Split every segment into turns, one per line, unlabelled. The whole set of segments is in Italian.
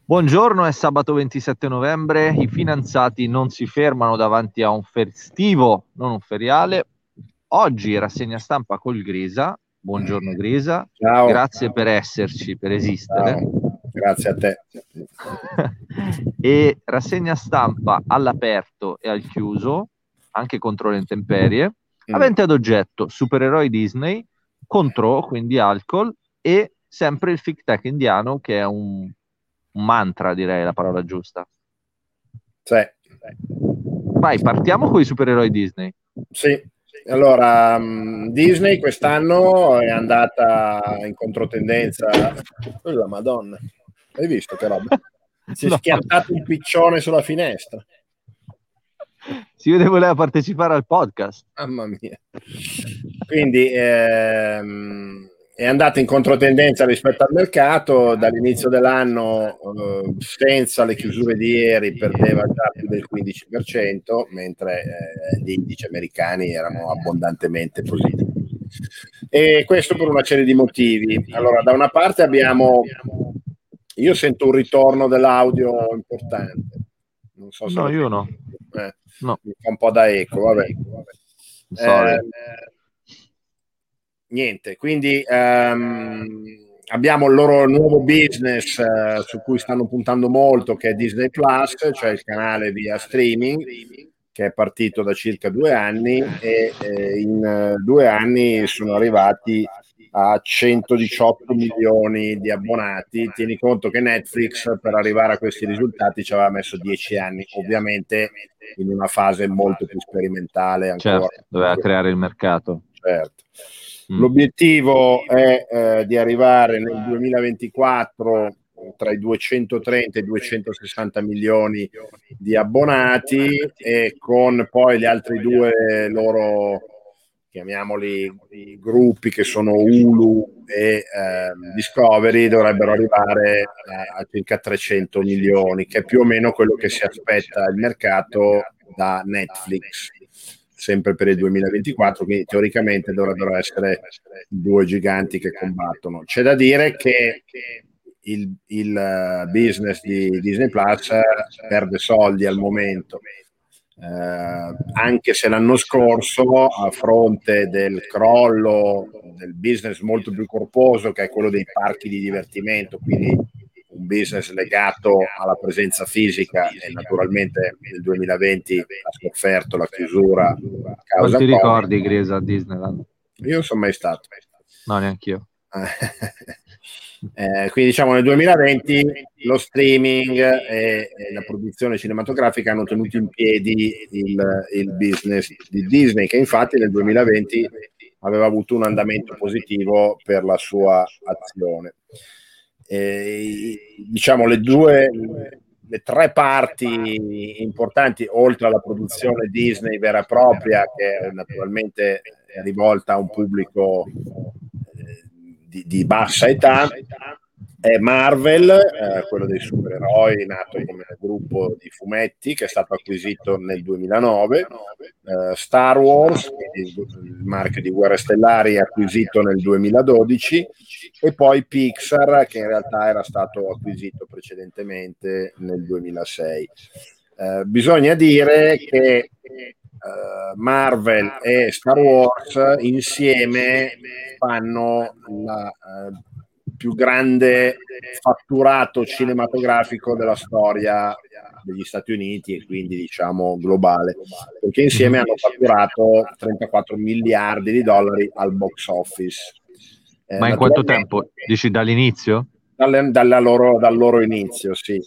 Buongiorno, è sabato 27 novembre, i finanziati non si fermano davanti a un festivo, non un feriale. Oggi rassegna stampa col Grisa. Buongiorno Grisa,
Ciao,
grazie per esserci, per esistere.
ciao, grazie a te.
E rassegna stampa all'aperto e al chiuso, anche contro le intemperie, avente ad oggetto supereroi Disney, contro, quindi alcol, e sempre il Fic Tech indiano, che è un mantra, direi, la parola giusta.
Sì,
Vai, partiamo con i supereroi Disney.
sì. Allora, Disney quest'anno è andata in controtendenza. Oh, la Madonna, hai visto che roba? Si è
No.
schiantato un piccione sulla finestra.
Si vede voleva partecipare al podcast.
Mamma mia. Quindi è andata in controtendenza rispetto al mercato. Dall'inizio dell'anno, senza le chiusure di ieri, perdeva già più del 15%, mentre gli indici americani erano abbondantemente positivi. E questo per una serie di motivi. Allora, da una parte io sento un ritorno dell'audio importante. Non so se
No,
lo
io
senti.
no. No,
Mi fa un po' da eco, vabbè.
sorry.
Niente, quindi abbiamo il loro nuovo business su cui stanno puntando molto, che è Disney Plus, cioè il canale via streaming, che è partito da circa 2 anni e in 2 anni sono arrivati a 118 milioni di abbonati. Tieni conto che Netflix per arrivare a questi risultati ci aveva messo 10 anni, ovviamente in una fase molto più sperimentale ancora.
Certo, doveva creare il mercato.
Certo. L'obiettivo è di arrivare nel 2024 tra i 230 e i 260 milioni di abbonati, e con poi gli altri due loro, chiamiamoli, gruppi, che sono Hulu e Discovery, dovrebbero arrivare a circa 300 milioni, che è più o meno quello che si aspetta il mercato da Netflix, sempre per il 2024, quindi teoricamente dovrebbero essere due giganti che combattono. C'è da dire che il business di Disney Plus perde soldi al momento, anche se l'anno scorso, a fronte del crollo del business molto più corposo, che è quello dei parchi di divertimento, quindi un business legato alla presenza fisica, e naturalmente nel 2020 ha sofferto la chiusura a causa
Quanti
Covid.
ricordi, Grisa, a Disneyland?
Io non sono mai stato.
No, neanch'io.
Quindi diciamo nel 2020 lo streaming e la produzione cinematografica hanno tenuto in piedi il business di Disney, che infatti nel 2020 aveva avuto un andamento positivo per la sua azione. Diciamo le tre parti importanti, oltre alla produzione Disney vera e propria, che naturalmente è rivolta a un pubblico di bassa età, è Marvel, quello dei supereroi, nato come gruppo di fumetti, che è stato acquisito nel 2009, Star Wars, quindi il marchio di Guerre Stellari, acquisito nel 2012, e poi Pixar, che in realtà era stato acquisito precedentemente nel 2006. Bisogna dire che Marvel e Star Wars insieme fanno la più grande fatturato cinematografico della storia degli Stati Uniti, e quindi diciamo globale, perché insieme hanno fatturato 34 miliardi di dollari al box office.
Ma in quanto tempo? Dici dall'inizio?
Dal loro inizio, sì.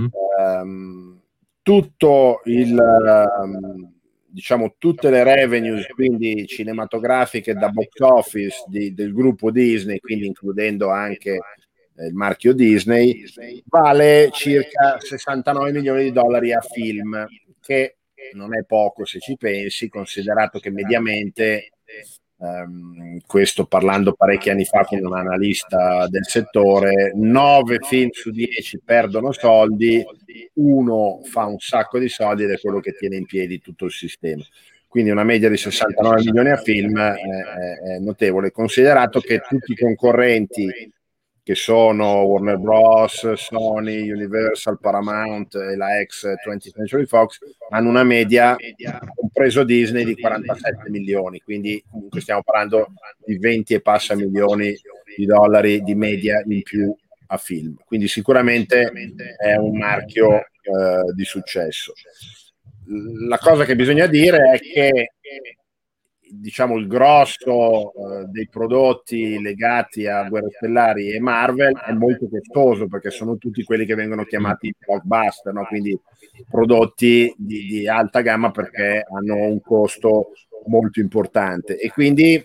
Tutto diciamo, tutte le revenues, quindi cinematografiche da box office del gruppo Disney, quindi includendo anche il marchio Disney, vale circa 69 milioni di dollari a film, che non è poco se ci pensi, considerato che mediamente, questo parlando parecchi anni fa con un analista del settore, 9 film su 10 perdono soldi, uno fa un sacco di soldi ed è quello che tiene in piedi tutto il sistema. Quindi una media di 69 milioni a film è notevole, considerato che tutti i concorrenti che sono Warner Bros., Sony, Universal, Paramount e la ex 20th Century Fox, hanno una media, compreso Disney, di 47 milioni, quindi comunque stiamo parlando di 20 e passa milioni di dollari di media in più a film, quindi sicuramente è un marchio di successo. La cosa che bisogna dire è che, diciamo, il grosso dei prodotti legati a Guerre Stellari e Marvel è molto costoso, perché sono tutti quelli che vengono chiamati blockbuster, no? Quindi prodotti di alta gamma, perché hanno un costo molto importante, e quindi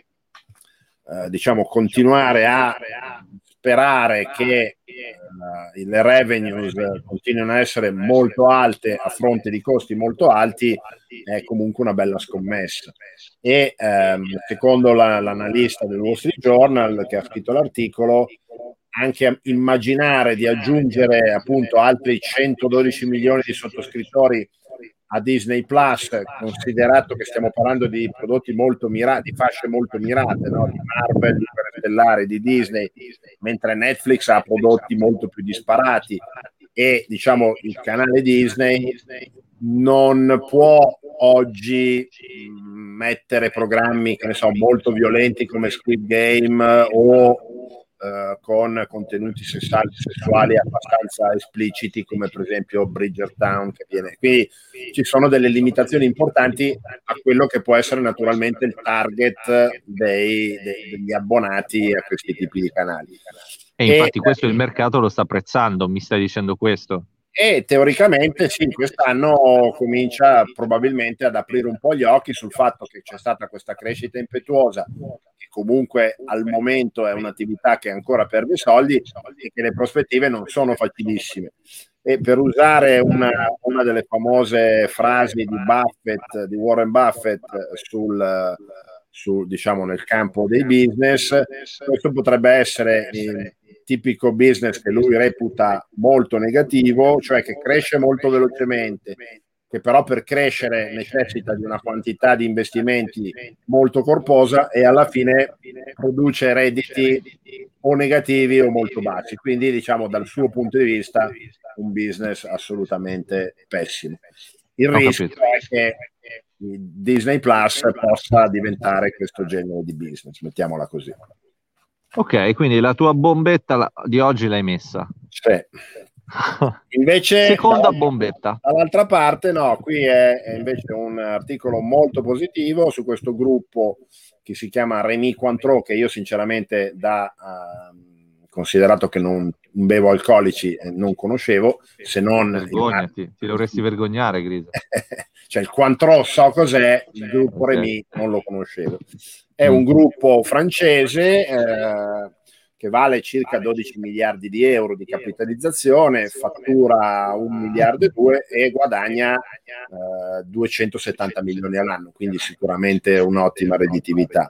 diciamo, continuare a sperare che le revenues continuino a essere molto alte a fronte di costi molto alti è comunque una bella scommessa. E secondo l'analista del Wall Street Journal che ha scritto l'articolo, anche immaginare di aggiungere appunto altri 112 milioni di sottoscrittori a Disney Plus, considerato che stiamo parlando di prodotti molto mirati, di fasce molto mirate, no? Di Marvel, di Guerre Stellari, di Disney, mentre Netflix ha prodotti molto più disparati, e diciamo il canale Disney non può oggi mettere programmi, che ne so, molto violenti come Squid Game o con contenuti sessuali abbastanza espliciti come per esempio Bridgertown, che viene. Quindi ci sono delle limitazioni importanti a quello che può essere naturalmente il target degli abbonati a questi tipi di canali.
E infatti questo il mercato lo sta apprezzando, mi stai dicendo questo?
E teoricamente sì, quest'anno comincia probabilmente ad aprire un po' gli occhi sul fatto che c'è stata questa crescita impetuosa, che comunque al momento è un'attività che ancora perde soldi e che le prospettive non sono facilissime. E per usare una delle famose frasi di Buffett, di Warren Buffett, diciamo, nel campo dei business, questo potrebbe essere il tipico business che lui reputa molto negativo, cioè che cresce molto velocemente, che però per crescere necessita di una quantità di investimenti molto corposa e alla fine produce redditi o negativi o molto bassi. Quindi, diciamo, dal suo punto di vista, un business assolutamente pessimo. Il rischio è che Disney Plus possa diventare questo genere di business, mettiamola così.
Ok, quindi la tua bombetta di oggi l'hai messa.
Sì. Invece,
seconda bombetta.
Dall'altra parte, no, qui è invece un articolo molto positivo su questo gruppo che si chiama Rémy Cointreau, che io sinceramente considerato che non bevo alcolici non conoscevo, se non...
Vergognati, ti dovresti vergognare, Grisa.
Cioè il Cointreau so cos'è, il gruppo Rémy non lo conoscevo. È un gruppo francese che vale circa 12 miliardi di euro di capitalizzazione, fattura 1 miliardo e 2 e guadagna 270 milioni all'anno, quindi sicuramente un'ottima redditività.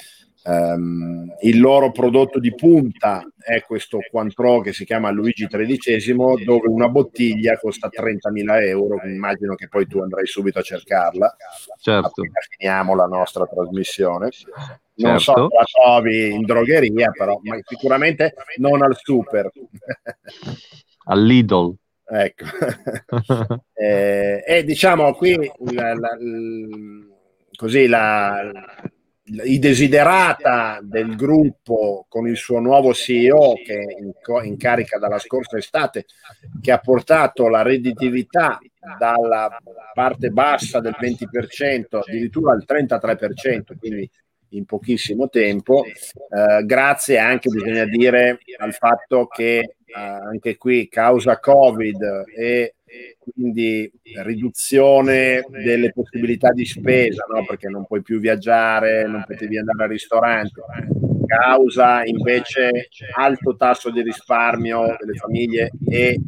Il loro prodotto di punta è questo Cointreau che si chiama Luigi XIII, dove una bottiglia costa 30.000 euro. Immagino che poi tu andrai subito a cercarla,
certo,
appena finiamo la nostra trasmissione. Non so se la trovi in drogheria, però ma sicuramente non al super.
Al Lidl.
Ecco. E diciamo qui così i desiderata del gruppo con il suo nuovo CEO che è in carica dalla scorsa estate, che ha portato la redditività dalla parte bassa del 20% addirittura al 33%, quindi in pochissimo tempo, grazie anche, bisogna dire, al fatto che anche qui causa Covid e quindi riduzione delle possibilità di spesa, no? Perché non puoi più viaggiare, non potevi andare al ristorante, causa invece alto tasso di risparmio delle famiglie e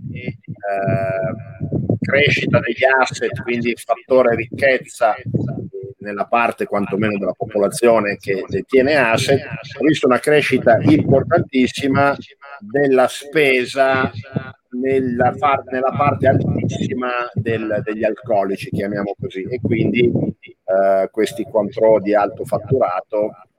crescita degli asset, quindi fattore ricchezza nella parte quantomeno della popolazione che detiene asset. Ho visto una crescita importantissima della spesa nella parte altissima degli alcolici, chiamiamo così, e quindi questi Cointreau di alto fatturato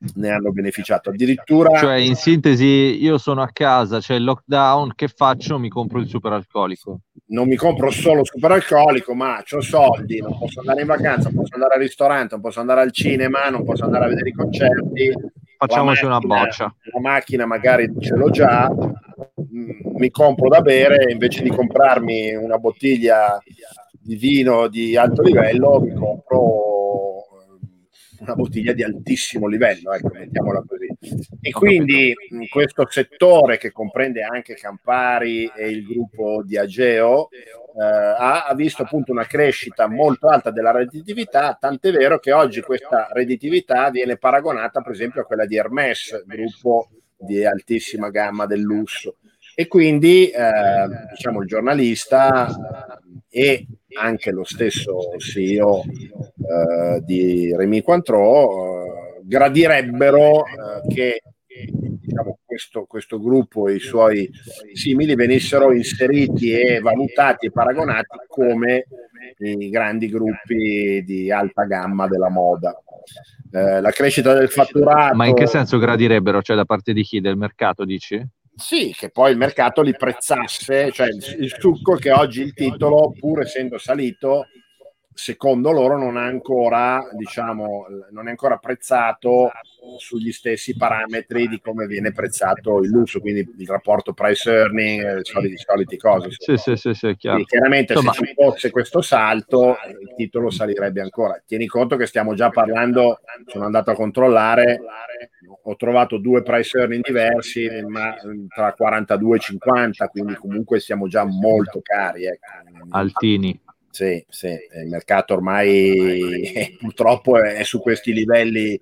ne hanno beneficiato. Addirittura,
cioè in sintesi, io sono a casa, c'è il lockdown, che faccio? Mi compro il superalcolico.
non mi compro solo superalcolico, ma ho soldi, non posso andare in vacanza, non posso andare al ristorante, non posso andare al cinema, non posso andare a vedere i concerti.
Facciamoci una boccia.
La macchina magari ce l'ho già, mi compro da bere, invece di comprarmi una bottiglia di vino di alto livello, mi compro una bottiglia di altissimo livello, ecco, mettiamola così. E quindi questo settore, che comprende anche Campari e il gruppo Diageo, ha visto appunto una crescita molto alta della redditività, tant'è vero che oggi questa redditività viene paragonata per esempio a quella di Hermès, gruppo di altissima gamma del lusso. E quindi diciamo il giornalista e anche lo stesso CEO di Rémy Cointreau gradirebbero che diciamo, questo gruppo e i suoi simili venissero inseriti e valutati e paragonati come i grandi gruppi di alta gamma della moda. La crescita del fatturato...
Ma in che senso gradirebbero? Cioè da parte di chi? Del mercato, dici?
Sì, che poi il mercato li prezzasse, cioè il succo che oggi il titolo, pur essendo salito, secondo loro non ha ancora, diciamo, non è ancora prezzato sugli stessi parametri di come viene prezzato il lusso, quindi il rapporto price earning, soliti cose.
Sì, chiaro.
Quindi chiaramente insomma, se ci fosse questo salto, il titolo salirebbe ancora. Tieni conto che stiamo già parlando, sono andato a controllare, ho trovato 2 price earning diversi, ma tra 42 e 50, quindi comunque siamo già molto cari. Ecco.
Altini.
Sì, il mercato ormai purtroppo è su questi livelli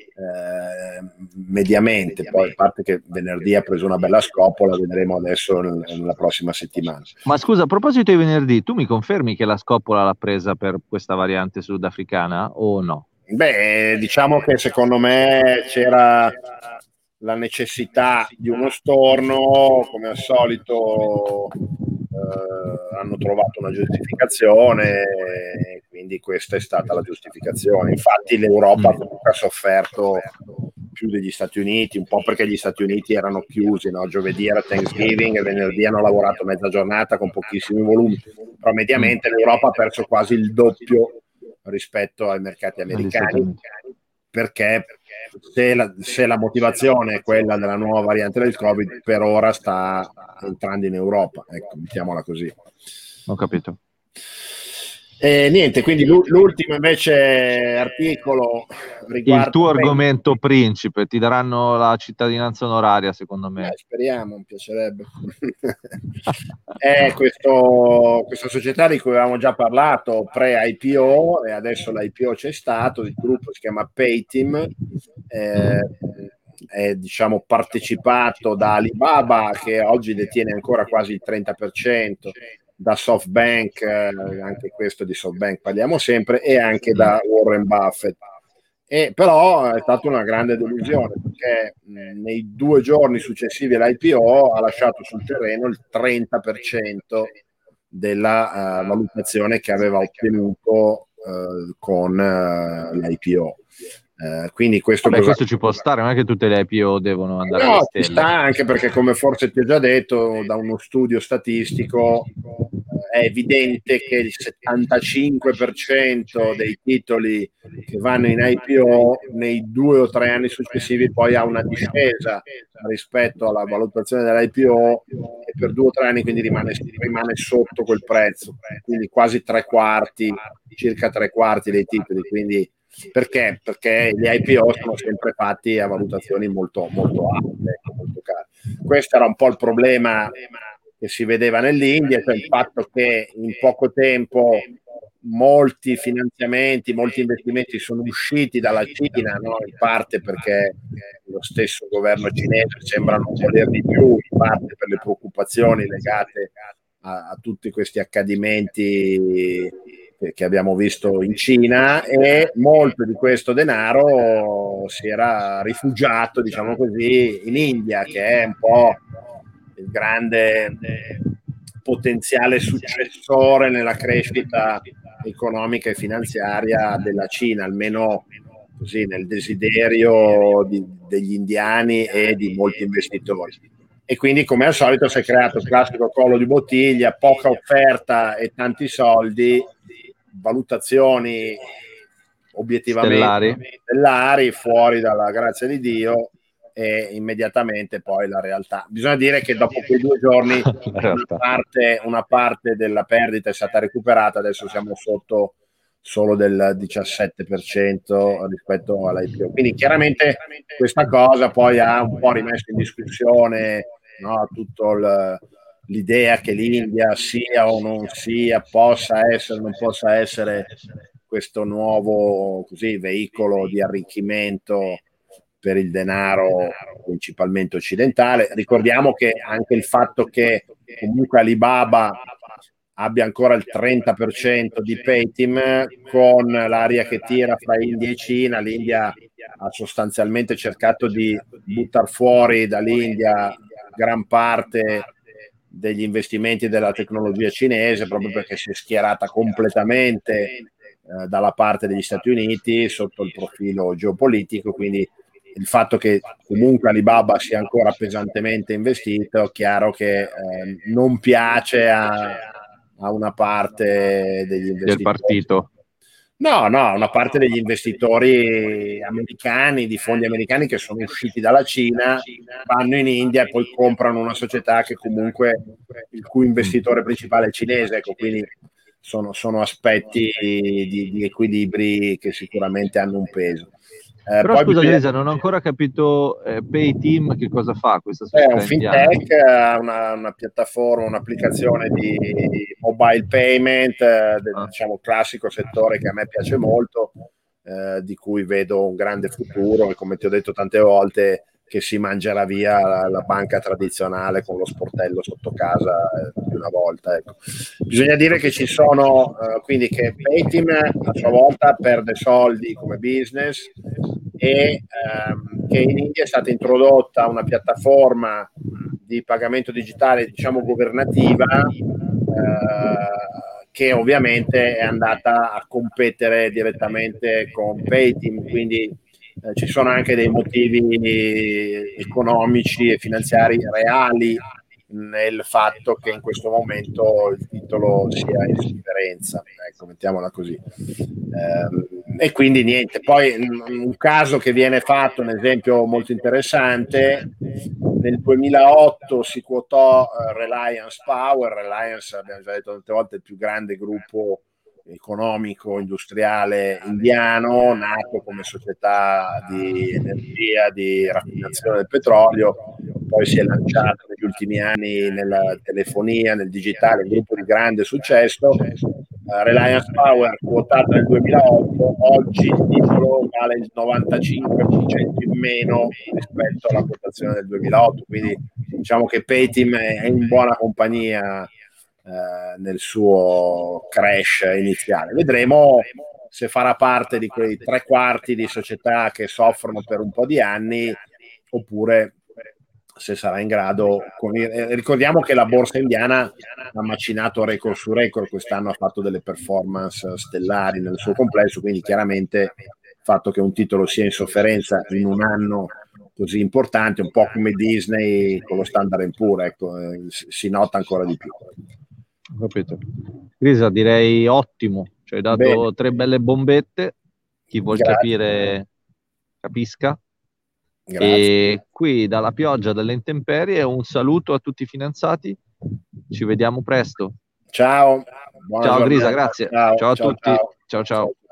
mediamente, poi a parte che venerdì ha preso una bella scopola, vedremo adesso nella prossima settimana.
Ma scusa, a proposito di venerdì, tu mi confermi che la scopola l'ha presa per questa variante sudafricana o no?
Beh, diciamo che secondo me c'era la necessità di uno storno, come al solito hanno trovato una giustificazione, quindi questa è stata la giustificazione. Infatti l'Europa comunque ha sofferto più degli Stati Uniti, un po' perché gli Stati Uniti erano chiusi, no? Giovedì era Thanksgiving e venerdì hanno lavorato mezza giornata con pochissimi volumi, però mediamente l'Europa ha perso quasi il doppio rispetto ai mercati americani, perché se la motivazione è quella della nuova variante del Covid, per ora sta entrando in Europa, ecco, mettiamola così.
Ho capito.
Niente, quindi l'ultimo invece articolo riguarda...
Il tuo argomento principe, ti daranno la cittadinanza onoraria, secondo me.
Speriamo, mi piacerebbe. È questa società di cui avevamo già parlato pre-IPO, e adesso l'IPO c'è stato, il gruppo si chiama Payteam, è diciamo partecipato da Alibaba, che oggi detiene ancora quasi il 30%, da SoftBank, anche questo di SoftBank parliamo sempre, e anche da Warren Buffett. Però è stata una grande delusione, perché nei 2 giorni successivi all'IPO ha lasciato sul terreno il 30% della valutazione che aveva ottenuto con l'IPO. Quindi questo
ci può stare, non è che tutte le IPO devono andare
alle
stelle.
Ci sta, anche perché, come forse ti ho già detto, da uno studio statistico è evidente che il 75% dei titoli che vanno in IPO nei 2 o 3 anni successivi poi ha una discesa rispetto alla valutazione dell'IPO, e per 2 o 3 anni quindi rimane sotto quel prezzo, quindi quasi circa 3/4 dei titoli. Quindi perché? Perché gli IPO sono sempre fatti a valutazioni molto, molto alte, molto care. Questo era un po' il problema che si vedeva nell'India, cioè il fatto che in poco tempo molti finanziamenti, molti investimenti sono usciti dalla Cina, no? In parte perché lo stesso governo cinese sembra non voler di più, in parte per le preoccupazioni legate a tutti questi accadimenti che abbiamo visto in Cina, e molto di questo denaro si era rifugiato, diciamo così, in India, che è un po' il grande potenziale successore nella crescita economica e finanziaria della Cina, almeno così nel desiderio degli indiani e di molti investitori. E quindi, come al solito, si è creato il classico collo di bottiglia, poca offerta e tanti soldi, valutazioni obiettivamente stellari, fuori dalla grazia di Dio, e immediatamente poi la realtà. Bisogna dire che dopo quei 2 giorni una parte della perdita è stata recuperata, adesso siamo sotto solo del 17% rispetto all'IPO. Quindi chiaramente questa cosa poi ha un po' rimesso in discussione, no, tutto l'idea che l'India sia o non sia, possa essere o non possa essere questo nuovo così veicolo di arricchimento per il denaro principalmente occidentale. Ricordiamo che anche il fatto che comunque Alibaba abbia ancora il 30% di Paytm, con l'aria che tira fra India e Cina, l'India ha sostanzialmente cercato di buttare fuori dall'India gran parte degli investimenti della tecnologia cinese, proprio perché si è schierata completamente dalla parte degli Stati Uniti sotto il profilo geopolitico. Quindi il fatto che comunque Alibaba sia ancora pesantemente investito, è chiaro che non piace a una parte degli investitori
del partito.
No, una parte degli investitori americani, di fondi americani che sono usciti dalla Cina, vanno in India e poi comprano una società che comunque il cui investitore principale è cinese. Ecco, quindi sono aspetti di equilibri che sicuramente hanno un peso.
Però scusa Grisa, non ho ancora capito Paytm che cosa fa questa società
è un fintech, una piattaforma, un'applicazione di mobile payment, diciamo classico settore che a me piace molto, di cui vedo un grande futuro, e come ti ho detto tante volte che si mangerà via la banca tradizionale con lo sportello sotto casa di una volta. Ecco. Bisogna dire che ci sono, quindi che Paytm a sua volta perde soldi come business, e che in India è stata introdotta una piattaforma di pagamento digitale, diciamo governativa, che ovviamente è andata a competere direttamente con Paytm, quindi ci sono anche dei motivi economici e finanziari reali nel fatto che in questo momento il titolo sia in sofferenza, ecco, mettiamola così. E quindi niente, poi un caso che viene fatto, un esempio molto interessante: nel 2008 si quotò Reliance Power. Reliance, abbiamo già detto tante volte, è il più grande gruppo economico industriale indiano, nato come società di energia, di raffinazione del petrolio, poi si è lanciato negli ultimi anni nella telefonia, nel digitale, un gruppo di grande successo. Reliance Power, quotata nel 2008, oggi il titolo vale il 95% in meno rispetto alla quotazione del 2008, quindi diciamo che Paytm è in buona compagnia nel suo crash iniziale. Vedremo se farà parte di quei 3/4 di società che soffrono per un po' di anni, oppure se sarà in grado. Ricordiamo che la borsa indiana ha macinato record su record quest'anno, ha fatto delle performance stellari nel suo complesso, quindi chiaramente il fatto che un titolo sia in sofferenza in un anno così importante, un po' come Disney con lo Standard & Poor's, ecco, si nota ancora di più.
Capito. Grisa, direi ottimo, ci hai dato bene 3 belle bombette, chi vuol capire capisca. Grazie. E qui dalla pioggia, dalle intemperie, un saluto a tutti i finanziati, ci vediamo presto.
Ciao.
Ciao Grisa, grazie. Ciao a tutti. Ciao.